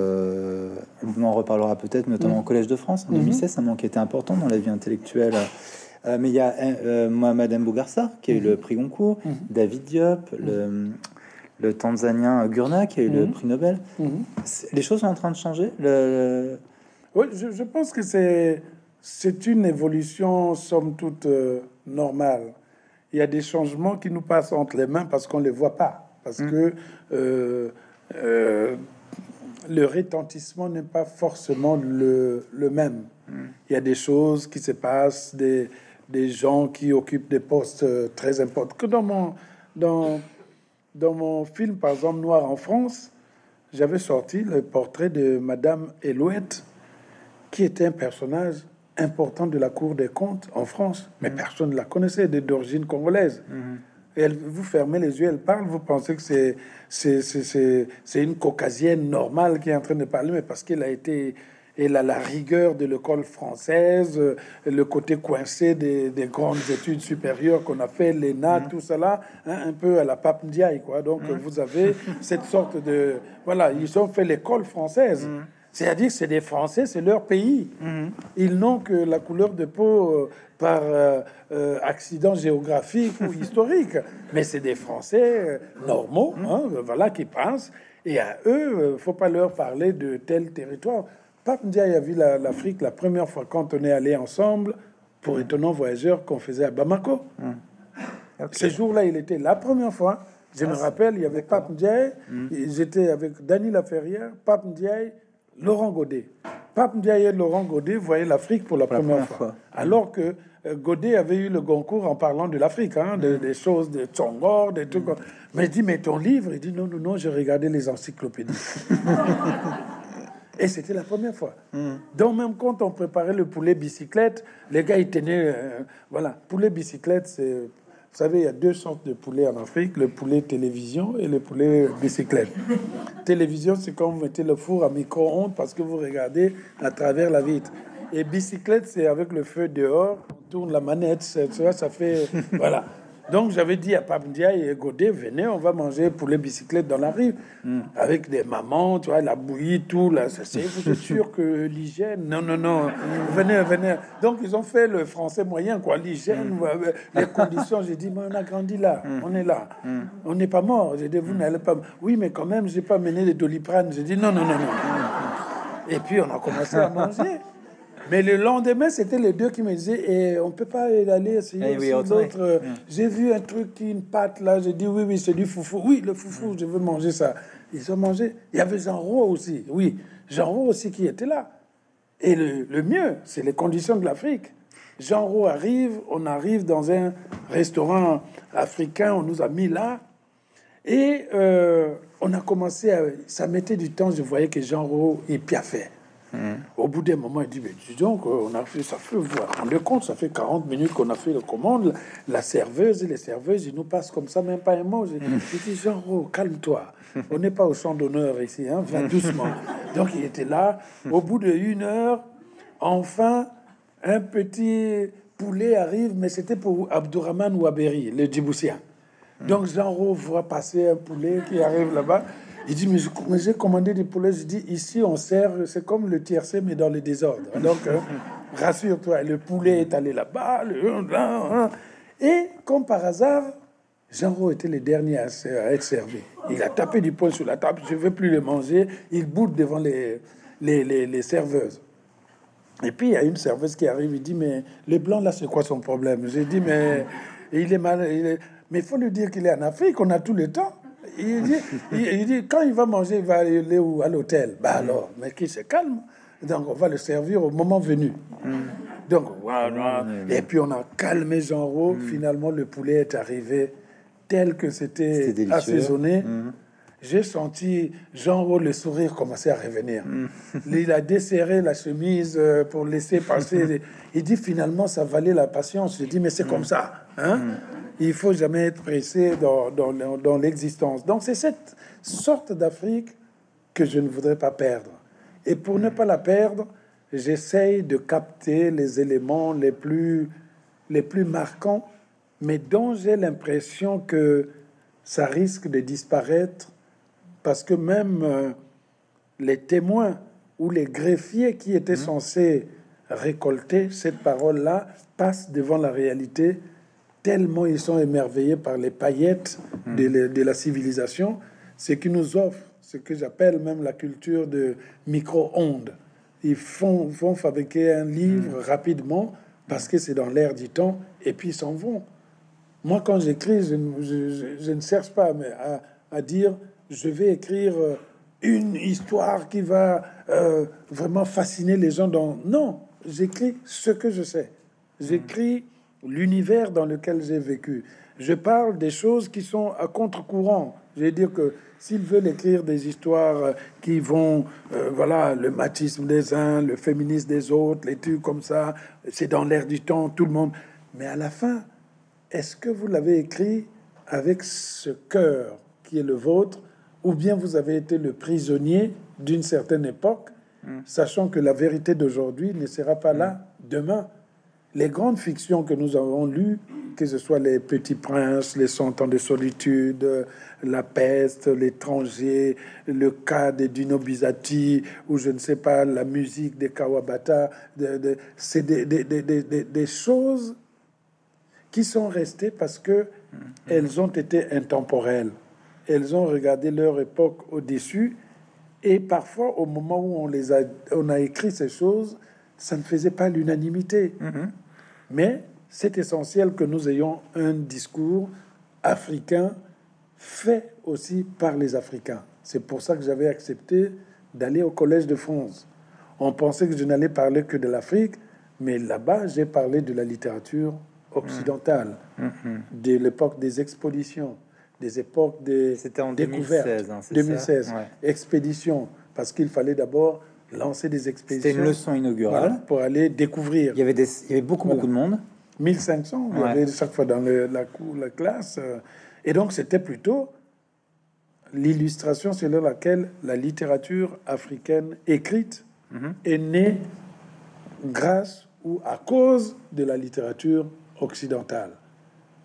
Euh, on en reparlera peut-être, notamment mmh. au Collège de France en mmh. deux mille seize, un moment qui était important dans la vie intellectuelle. Euh, mais il y a euh, Mohamed Mbougarsa qui a eu mmh. le prix Goncourt, mmh. David Diop, mmh. le, le Tanzanien Gurna qui a eu mmh. le prix Nobel. Mmh. Les choses sont en train de changer. Le... Oui, je, je pense que c'est c'est une évolution somme toute euh, normale. Il y a des changements qui nous passent entre les mains parce qu'on les voit pas. Parce mmh. que euh, euh, le retentissement n'est pas forcément le, le même. Mmh. Il y a des choses qui se passent, des, des gens qui occupent des postes très importants. Que dans mon, dans, dans mon film, par exemple, Noir en France, j'avais sorti le portrait de Madame Elouette, qui était un personnage important de la Cour des comptes en France. Mais mmh. personne ne la connaissait, elle est d'origine congolaise. Mmh. Et elle, vous fermez les yeux, elle parle, vous pensez que c'est, c'est, c'est, c'est, c'est une caucasienne normale qui est en train de parler, mais parce qu'elle a été, elle a la rigueur de l'école française, le côté coincé des, des grandes études supérieures qu'on a fait, l'E N A, mmh. tout ça là, hein, un peu à la Pape Ndiaye, quoi. Donc mmh. vous avez cette sorte de... Voilà, ils ont fait l'école française. Mmh. C'est-à-dire que c'est des Français, c'est leur pays. Mmh. Ils n'ont que la couleur de peau euh, par euh, euh, accident géographique ou historique. Mais c'est des Français euh, normaux, mmh. hein, voilà, qui passent. Et à eux, il euh, ne faut pas leur parler de tel territoire. Pape Ndiaye a vu la, l'Afrique la première fois quand on est allé ensemble pour mmh. Étonnant Voyageur qu'on faisait à Bamako. Mmh. Okay. Ce jour-là, il était la première fois. Je ah, me rappelle, il y avait Pape Ndiaye. Mmh. J'étais avec Dany Laferrière, Pape Ndiaye, Laurent Godet. Pape Ndiaye et Laurent Godet voyaient l'Afrique pour la, pour première, la première fois. fois. Alors que euh, Godet avait eu le Goncourt en parlant de l'Afrique, hein, mm. de, des choses de Tsongor, des trucs. Mm. Mais il dit, mais ton livre, il dit, non, non, non, j'ai regardé les encyclopédies. Et c'était la première fois. Mm. Donc même quand on préparait le poulet bicyclette, les gars, ils tenaient... Euh, voilà, poulet bicyclette, c'est... Vous savez, il y a deux sortes de poulets en Afrique, le poulet télévision et le poulet bicyclette. Télévision, c'est quand vous mettez le four à micro-ondes parce que vous regardez à travers la vitre. Et bicyclette, c'est avec le feu dehors, on tourne la manette, ça, ça fait... Voilà. Donc j'avais dit à Pape Ndiaye et Godet, venez, on va manger poulet bicyclette dans la rue, mm. avec des mamans, tu vois, la bouillie, tout, là. C'est, vous êtes sûr que l'hygiène? Non, non, non, mm. venez, venez. Donc ils ont fait le français moyen, quoi, l'hygiène, mm. les conditions. J'ai dit, mais on a grandi là, mm. on est là, mm. on n'est pas mort. J'ai dit, vous mm. n'allez pas... Oui, mais quand même, j'ai pas mené les Doliprane. J'ai dit, non, non, non, non. Mm. Et puis on a commencé à manger. Mais le lendemain, c'était les deux qui me disaient eh, on peut pas y aller essayer eh oui, l'autre. Euh, mmh. J'ai vu un truc, une pâte là. J'ai dit oui, oui, c'est du foufou. Oui, le foufou, mmh. je veux manger ça. Ils ont mangé. Il y avait Jean Rau aussi. Oui, Jean Rau aussi qui était là. Et le, le mieux, c'est les conditions de l'Afrique. Jean Rau arrive, on arrive dans un restaurant africain, on nous a mis là. Et euh, on a commencé à... Ça mettait du temps, je voyais que Jean Rau, il piaffait. Mmh. Au bout d'un moment, il dit, mais dis donc, on a fait, ça fait, vous vous rendez compte, ça fait quarante minutes qu'on a fait la commande, la serveuse et les serveuses, ils nous passent comme ça, même pas un mot. J'ai mmh. dit, genre, oh, calme-toi, on n'est pas au champ d'honneur ici, hein, va doucement. Donc, il était là, au bout d'une heure, enfin, un petit poulet arrive, mais c'était pour Abdourahmane Ouaberi, le Djiboutien. Mmh. Donc, Jean Rau voit passer un poulet qui arrive là-bas. Il dit, mais, je, mais j'ai commandé des poulets. Je dis, ici, on sert, c'est comme le tiercé, mais dans le désordre. Donc, euh, rassure-toi, le poulet est allé là-bas. Le... Et, comme par hasard, Jean Rau était le dernier à, à être servi. Il a tapé du poing sur la table. Je ne veux plus le manger. Il boude devant les, les, les, les serveuses. Et puis, il y a une serveuse qui arrive. Il dit, mais le blanc, là, c'est quoi son problème? J'ai dit, mais il est mal. Il est... Mais il faut lui dire qu'il est en Afrique. On a tout le temps. Il dit, il, il dit, quand il va manger, il va aller où? À l'hôtel. Bah alors, mais qu'il se calme. Donc, on va le servir au moment venu. Mm. Donc, voilà. Mm. Et puis, on a calmé Jean Rau. Mm. Finalement, le poulet est arrivé tel que c'était, c'était assaisonné. Mm. J'ai senti Jean Rau, le sourire commencer à revenir. Mm. Il a desserré la chemise pour laisser passer. Il dit, finalement, ça valait la patience. J'ai dit, mais c'est mm. comme ça. Hein? Mm. Il faut jamais être pressé dans, dans, dans l'existence. Donc, c'est cette sorte d'Afrique que je ne voudrais pas perdre. Et pour ne pas la perdre, j'essaye de capter les éléments les plus, les plus marquants, mais dont j'ai l'impression que ça risque de disparaître parce que même euh, les témoins ou les greffiers qui étaient mmh. censés récolter cette parole-là passent devant la réalité tellement ils sont émerveillés par les paillettes mmh. de, de la civilisation, ce qui nous offre ce que j'appelle même la culture de micro-ondes. Ils font, font fabriquer un livre mmh. rapidement parce que c'est dans l'air du temps et puis ils s'en vont. Moi, quand j'écris, je, je, je, je ne cherche pas mais à, à dire je vais écrire une histoire qui va euh, vraiment fasciner les gens. Dans... Non, j'écris ce que je sais. J'écris mmh. l'univers dans lequel j'ai vécu. Je parle des choses qui sont à contre-courant. Je veux dire que s'ils veulent écrire des histoires qui vont, euh, voilà, le machisme des uns, le féminisme des autres, les trucs comme ça, c'est dans l'air du temps, tout le monde. Mais à la fin, est-ce que vous l'avez écrit avec ce cœur qui est le vôtre, ou bien vous avez été le prisonnier d'une certaine époque, mmh. sachant que la vérité d'aujourd'hui ne sera pas mmh. là demain. Les grandes fictions que nous avons lues, que ce soit Les Petits Princes, Les Cent Ans de Solitude, La Peste, L'étranger, le cas de Dino Buzzati, ou je ne sais pas, la musique des Kawabata, de, de, c'est des, des, des, des, des choses qui sont restées parce que mmh. elles ont été intemporelles. Elles ont regardé leur époque au-dessus, et parfois, au moment où on, les a, on a écrit ces choses, ça ne faisait pas l'unanimité. Mmh. Mais c'est essentiel que nous ayons un discours africain fait aussi par les Africains. C'est pour ça que j'avais accepté d'aller au Collège de France. On pensait que je n'allais parler que de l'Afrique, mais là-bas, j'ai parlé de la littérature occidentale, mmh. de l'époque des expéditions, des époques des C'était en découvertes. deux mille seize, hein, c'est deux mille seize, ça ouais. Expéditions, parce qu'il fallait d'abord lancer des expéditions. C'était une leçon inaugurale. Voilà, pour aller découvrir. Il y avait, des, il y avait beaucoup, voilà. beaucoup de monde. mille cinq cents, il y avait chaque fois dans le, la, cour, la classe. Et donc, c'était plutôt l'illustration selon laquelle la littérature africaine écrite mm-hmm. est née grâce ou à cause de la littérature occidentale.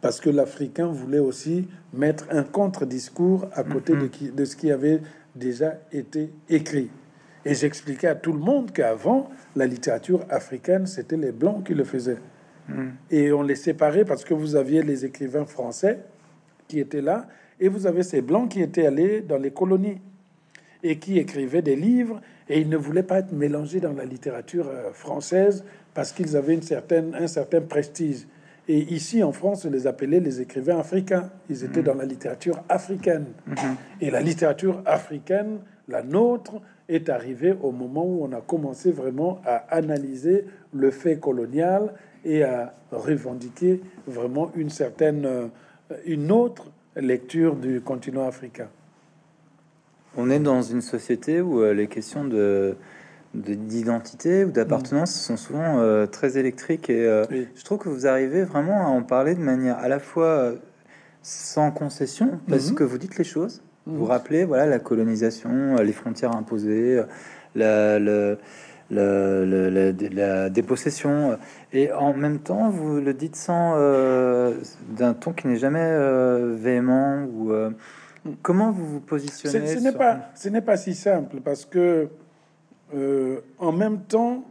parce que l'Africain voulait aussi mettre un contre-discours à côté mm-hmm. de, qui, de ce qui avait déjà été écrit. Et j'expliquais à tout le monde qu'avant, la littérature africaine, c'était les Blancs qui le faisaient. Mm. Et on les séparait parce que vous aviez les écrivains français qui étaient là, et vous avez ces Blancs qui étaient allés dans les colonies et qui écrivaient des livres, et ils ne voulaient pas être mélangés dans la littérature française parce qu'ils avaient une certaine, un certain prestige. Et ici, en France, on les appelait les écrivains africains. Ils étaient mm. dans la littérature africaine. Mm-hmm. Et la littérature africaine, la nôtre, est arrivée au moment où on a commencé vraiment à analyser le fait colonial et à revendiquer vraiment une certaine, une autre lecture du continent africain. On est dans une société où les questions de d'identité ou d'appartenance mmh. sont souvent euh, très électriques et euh, oui. je trouve que vous arrivez vraiment à en parler de manière à la fois euh, sans concession parce mmh. que vous dites les choses, mmh. vous rappelez voilà la colonisation, les frontières imposées, la, la, la, la, la, la dépossession et en même temps vous le dites sans euh, d'un ton qui n'est jamais euh, véhément ou euh, comment vous vous positionnez. Ce, ce n'est sur... pas ce n'est pas si simple parce que Euh, en même temps,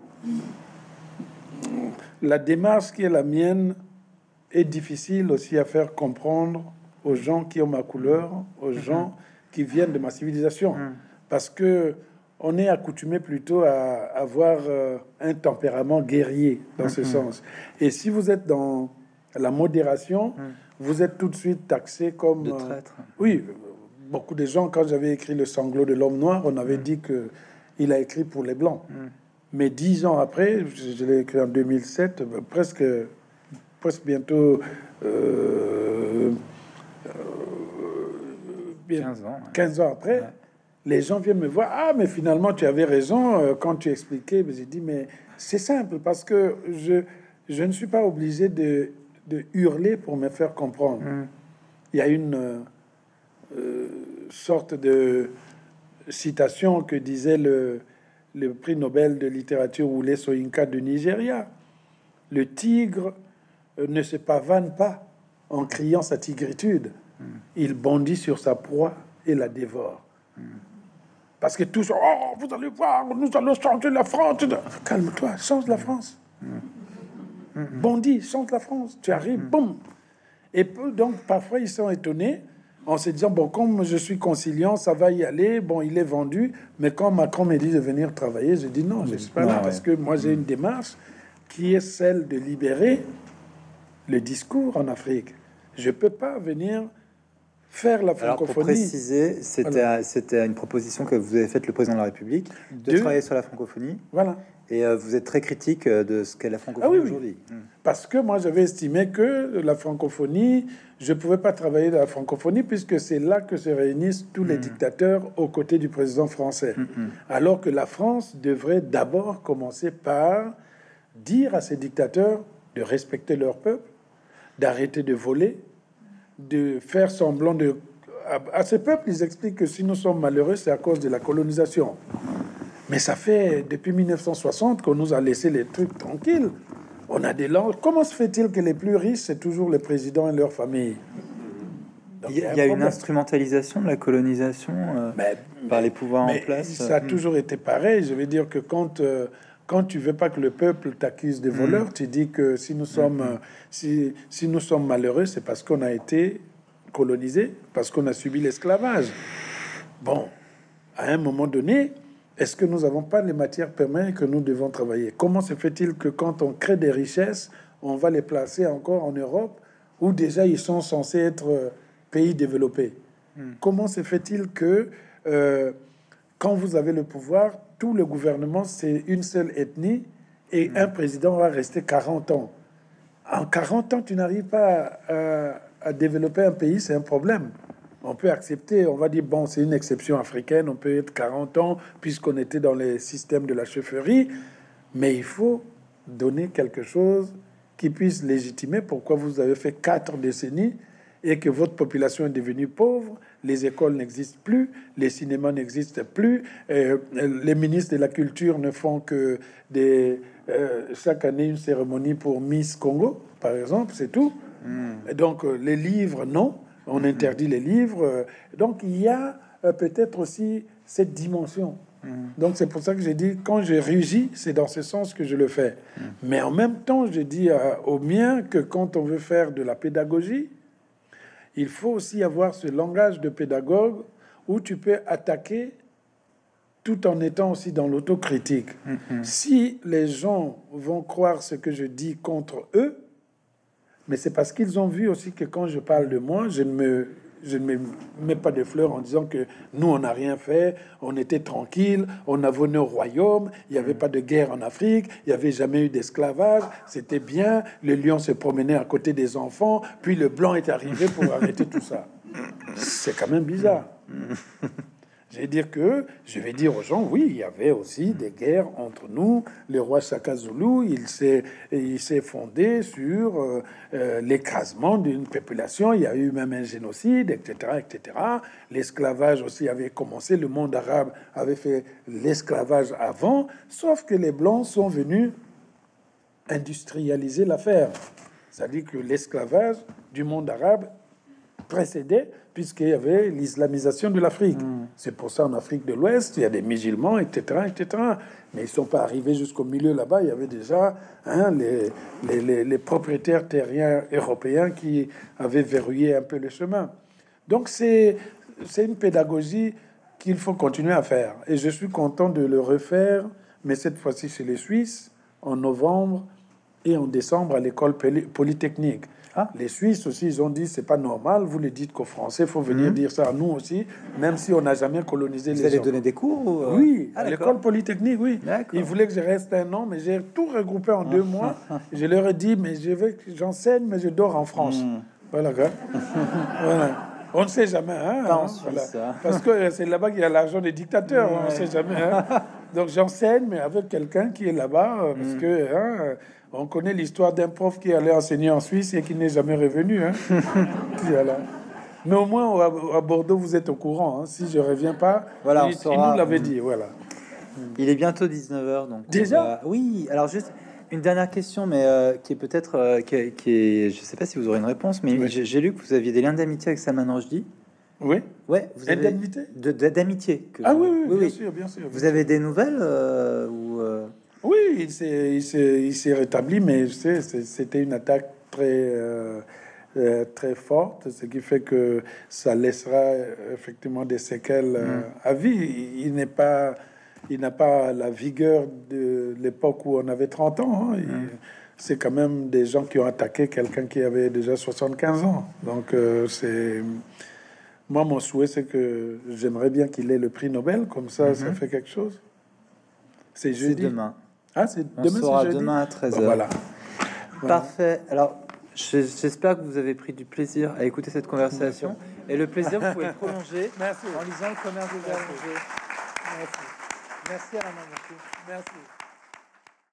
la démarche qui est la mienne est difficile aussi à faire comprendre aux gens qui ont ma couleur, aux gens qui viennent de ma civilisation, parce que on est accoutumé plutôt à avoir euh, un tempérament guerrier dans ce sens. Et si vous êtes dans la modération, vous êtes tout de suite taxé comme de traître. Euh, oui, beaucoup de gens, quand j'avais écrit Le sanglot de l'homme noir, on avait dit que il a écrit pour les Blancs. Mm. Mais dix ans après, je, je l'ai écrit en deux mille sept, presque, presque bientôt... Euh, euh, quinze ans. Ouais. quinze ans après, ouais. Les gens viennent me voir. Ah, mais finalement, tu avais raison euh, quand tu expliquais. Mais j'ai dit, mais c'est simple, parce que je, je ne suis pas obligé de, de hurler pour me faire comprendre. Mm. Il y a une euh, sorte de... citation que disait le, le prix Nobel de littérature Wole Soyinka de Nigeria. Le tigre ne se pavane pas en criant sa tigritude. Mm. Il bondit sur sa proie et la dévore. Mm. Parce que tous, oh, vous allez voir, nous allons changer la France. Calme-toi, change la France. Mm. Mm. Bondis, change la France. Tu arrives, mm. boum. Et donc, parfois, ils sont étonnés en se disant, bon, comme je suis conciliant, ça va y aller, bon, il est vendu, mais quand Macron me dit de venir travailler, je dis non, je ne suis pas là, parce que moi, j'ai une démarche qui est celle de libérer le discours en Afrique. Je ne peux pas venir faire la francophonie. Alors, pour préciser, c'était, voilà. c'était une proposition que vous avez faite le président de la République, de, de travailler sur la francophonie. Voilà. Et euh, vous êtes très critique de ce qu'est la francophonie ah, oui, aujourd'hui. Oui. Parce que moi, j'avais estimé que la francophonie, je ne pouvais pas travailler dans la francophonie puisque c'est là que se réunissent tous mmh. les dictateurs aux côtés du président français. Mmh. Alors que la France devrait d'abord commencer par dire à ces dictateurs de respecter leur peuple, d'arrêter de voler, de faire semblant de... À, à ces peuples, ils expliquent que si nous sommes malheureux, c'est à cause de la colonisation. Mais ça fait depuis mille neuf cent soixante qu'on nous a laissé les trucs tranquilles. On a des langues. Comment se fait-il que les plus riches, c'est toujours les présidents et leurs familles? Donc, il y a, il y a une instrumentalisation de la colonisation euh, mais, par les pouvoirs mais en place. Ça a mmh. toujours été pareil. Je veux dire que quand, euh, quand tu veux pas que le peuple t'accuse de voleur, mmh. tu dis que si nous sommes, mmh. euh, si, si nous sommes malheureux, c'est parce qu'on a été colonisé, parce qu'on a subi l'esclavage. Bon, à un moment donné, est-ce que nous n'avons pas les matières premières que nous devons travailler? Comment se fait-il que quand on crée des richesses, on va les placer encore en Europe, où déjà ils sont censés être euh, pays développés? mm. Comment se fait-il que euh, quand vous avez le pouvoir, tout le gouvernement, c'est une seule ethnie, et mm. un président va rester quarante ans? En quarante ans, tu n'arrives pas à, à développer un pays, c'est un problème. On peut accepter, on va dire, bon, c'est une exception africaine, on peut être quarante ans, puisqu'on était dans les systèmes de la chefferie, mais il faut donner quelque chose qui puisse légitimer pourquoi vous avez fait quatre décennies et que votre population est devenue pauvre, les écoles n'existent plus, les cinémas n'existent plus, euh, les ministres de la Culture ne font que des, euh, chaque année une cérémonie pour Miss Congo, par exemple, c'est tout. Mmh. Et donc, euh, les livres, non. On interdit les livres. Donc, il y a euh, peut-être aussi cette dimension. Mmh. Donc, c'est pour ça que j'ai dit, quand je rugis, c'est dans ce sens que je le fais. Mmh. Mais en même temps, je dis euh, aux miens que quand on veut faire de la pédagogie, il faut aussi avoir ce langage de pédagogue où tu peux attaquer tout en étant aussi dans l'autocritique. Mmh. Si les gens vont croire ce que je dis contre eux, mais c'est parce qu'ils ont vu aussi que quand je parle de moi, je ne me, je ne me mets pas de fleurs en disant que nous, on n'a rien fait, on était tranquille, on a venu au royaume, il n'y avait pas de guerre en Afrique, il n'y avait jamais eu d'esclavage, c'était bien, le lion se promenait à côté des enfants, puis le blanc est arrivé pour arrêter tout ça. C'est quand même bizarre. Je vais dire que, je vais dire aux gens, oui, il y avait aussi des guerres entre nous. Le roi Shaka Zulu, il s'est, il s'est fondé sur euh, euh, l'écrasement d'une population. Il y a eu même un génocide, et cetera, et cetera. L'esclavage aussi avait commencé. Le monde arabe avait fait l'esclavage avant, sauf que les Blancs sont venus industrialiser l'affaire. C'est-à-dire que l'esclavage du monde arabe précédait, puisqu'il y avait l'islamisation de l'Afrique. Mmh. C'est pour ça en Afrique de l'Ouest, il y a des musulmans, et cetera, et cetera. Mais ils ne sont pas arrivés jusqu'au milieu là-bas. Il y avait déjà hein, les, les, les, les propriétaires terriens européens qui avaient verrouillé un peu le chemin. Donc c'est, c'est une pédagogie qu'il faut continuer à faire. Et je suis content de le refaire, mais cette fois-ci chez les Suisses, en novembre et en décembre à l'école polytechnique. Ah. Les Suisses aussi, ils ont dit c'est pas normal. Vous le dites qu'aux Français, il faut venir mmh. dire ça à nous aussi, même si on n'a jamais colonisé vous les gens. Vous allez donner des cours ou... Oui, ah, à l'école polytechnique, oui. D'accord. Ils voulaient que je reste un an, mais j'ai tout regroupé en ah. deux mois. Je leur ai dit, mais je veux que j'enseigne, mais je dors en France. Mmh. Voilà, quoi. Voilà. On ne sait jamais, hein, hein Suisse, voilà. Ça. Parce que c'est là-bas qu'il y a l'argent des dictateurs. Ouais. On ne sait jamais. Hein. Donc j'enseigne, mais avec quelqu'un qui est là-bas, parce mmh. que. Hein, on connaît l'histoire d'un prof qui allait enseigner en Suisse et qui n'est jamais revenu. Hein. Voilà. Mais au moins, à Bordeaux, vous êtes au courant. Hein. Si je ne reviens pas, voilà, il, saura... il nous l'avait dit. Voilà. Il est bientôt dix-neuf heures. Donc déjà va... Oui, alors juste une dernière question, mais euh, qui est peut-être... Euh, qui, qui est... Je ne sais pas si vous aurez une réponse, mais oui. j'ai, j'ai lu que vous aviez des liens d'amitié avec Salman Rushdie. Oui. Ouais, vous avez... D'amitié de, de, d'amitié. Que ah vous... oui, oui, oui, bien oui. sûr, bien sûr. Bien vous sûr. avez des nouvelles euh, ou euh... Oui, il s'est, il, s'est, il s'est rétabli, mais je sais, c'était une attaque très, euh, euh, très forte, ce qui fait que ça laissera effectivement des séquelles euh, mmh. à vie. Il, il n'est pas, il n'a pas la vigueur de l'époque où on avait trente ans. Hein. Il, mmh. C'est quand même des gens qui ont attaqué quelqu'un qui avait déjà soixante-quinze ans. Donc, euh, c'est... Moi, mon souhait, c'est que j'aimerais bien qu'il ait le prix Nobel, comme ça, mmh. ça fait quelque chose. C'est jeudi. C'est demain. Ah, c'est on demain, sera c'est jeudi. Demain à treize heures. Bon, voilà. Parfait. Alors, j'espère que vous avez pris du plaisir à écouter cette conversation. Et le plaisir, vous pouvez le prolonger Merci. en lisant Le Commerce des allongés. Merci. Merci, Alain. Merci. Merci.